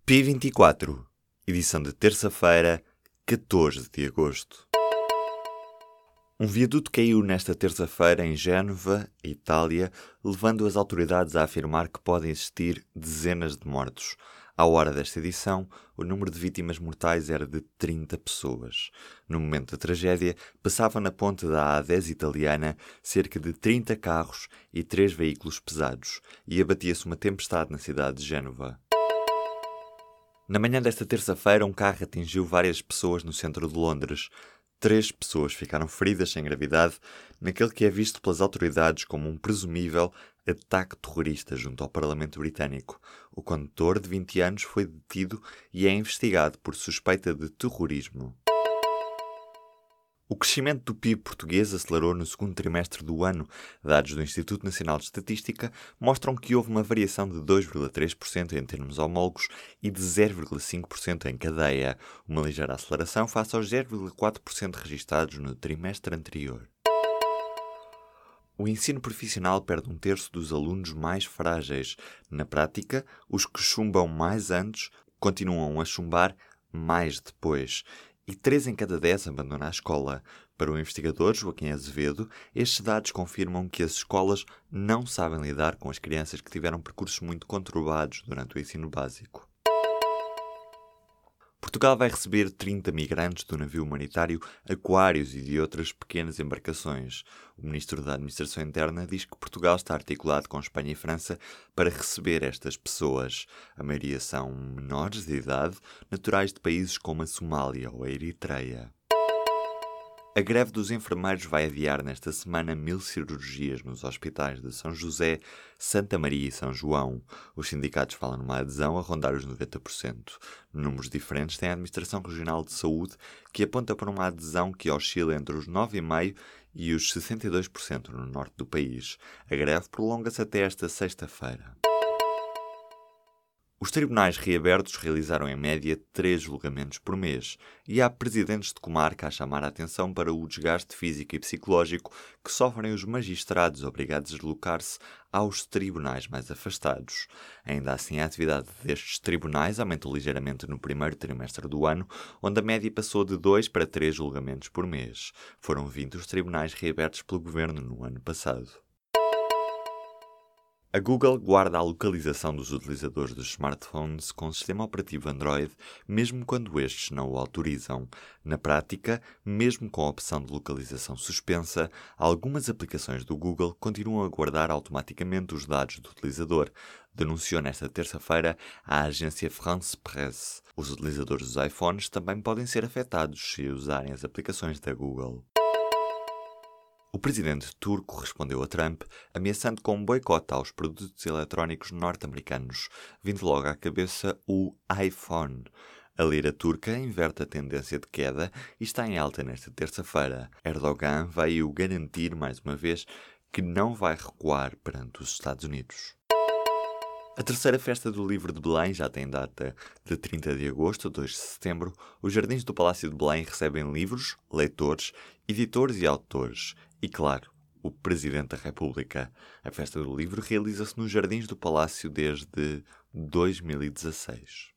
P24, edição de terça-feira, 14 de agosto. Um viaduto caiu nesta terça-feira em Génova, Itália, levando as autoridades a afirmar que podem existir dezenas de mortos. À hora desta edição, o número de vítimas mortais era de 30 pessoas. No momento da tragédia, passavam na ponte da A10 italiana cerca de 30 carros e 3 veículos pesados, e abatia-se uma tempestade na cidade de Génova. Na manhã desta terça-feira, um carro atingiu várias pessoas no centro de Londres. 3 pessoas ficaram feridas sem gravidade naquele que é visto pelas autoridades como um presumível ataque terrorista junto ao Parlamento Britânico. O condutor, de 20 anos, foi detido e é investigado por suspeita de terrorismo. O crescimento do PIB português acelerou no segundo trimestre do ano. Dados do Instituto Nacional de Estatística mostram que houve uma variação de 2,3% em termos homólogos e de 0,5% em cadeia, uma ligeira aceleração face aos 0,4% registados no trimestre anterior. O ensino profissional perde um terço dos alunos mais frágeis. Na prática, os que chumbam mais antes continuam a chumbar mais depois. E 3 em cada 10 abandonam a escola. Para o investigador Joaquim Azevedo, estes dados confirmam que as escolas não sabem lidar com as crianças que tiveram percursos muito conturbados durante o ensino básico. Portugal vai receber 30 migrantes do navio humanitário Aquários e de outras pequenas embarcações. O Ministro da Administração Interna diz que Portugal está articulado com Espanha e França para receber estas pessoas. A maioria são menores de idade, naturais de países como a Somália ou a Eritreia. A greve dos enfermeiros vai adiar nesta semana 1000 cirurgias nos hospitais de São José, Santa Maria e São João. Os sindicatos falam numa adesão a rondar os 90%. Números diferentes tem a Administração Regional de Saúde, que aponta para uma adesão que oscila entre os 9,5% e os 62% no norte do país. A greve prolonga-se até esta sexta-feira. Os tribunais reabertos realizaram em média 3 julgamentos por mês e há presidentes de comarca a chamar a atenção para o desgaste físico e psicológico que sofrem os magistrados obrigados a deslocar-se aos tribunais mais afastados. Ainda assim, a atividade destes tribunais aumentou ligeiramente no primeiro trimestre do ano, onde a média passou de 2 para 3 julgamentos por mês. Foram 20 os tribunais reabertos pelo governo no ano passado. A Google guarda a localização dos utilizadores dos smartphones com sistema operativo Android, mesmo quando estes não o autorizam. Na prática, mesmo com a opção de localização suspensa, algumas aplicações do Google continuam a guardar automaticamente os dados do utilizador, denunciou nesta terça-feira a agência France Presse. Os utilizadores dos iPhones também podem ser afetados se usarem as aplicações da Google. O presidente turco respondeu a Trump, ameaçando com um boicote aos produtos eletrónicos norte-americanos, vindo logo à cabeça o iPhone. A lira turca inverte a tendência de queda e está em alta nesta terça-feira. Erdogan veio garantir, mais uma vez, que não vai recuar perante os Estados Unidos. A terceira festa do livro de Belém já tem data. De 30 de agosto a 2 de setembro, os jardins do Palácio de Belém recebem livros, leitores, editores e autores. E, claro, o Presidente da República. A festa do livro realiza-se nos jardins do Palácio desde 2016.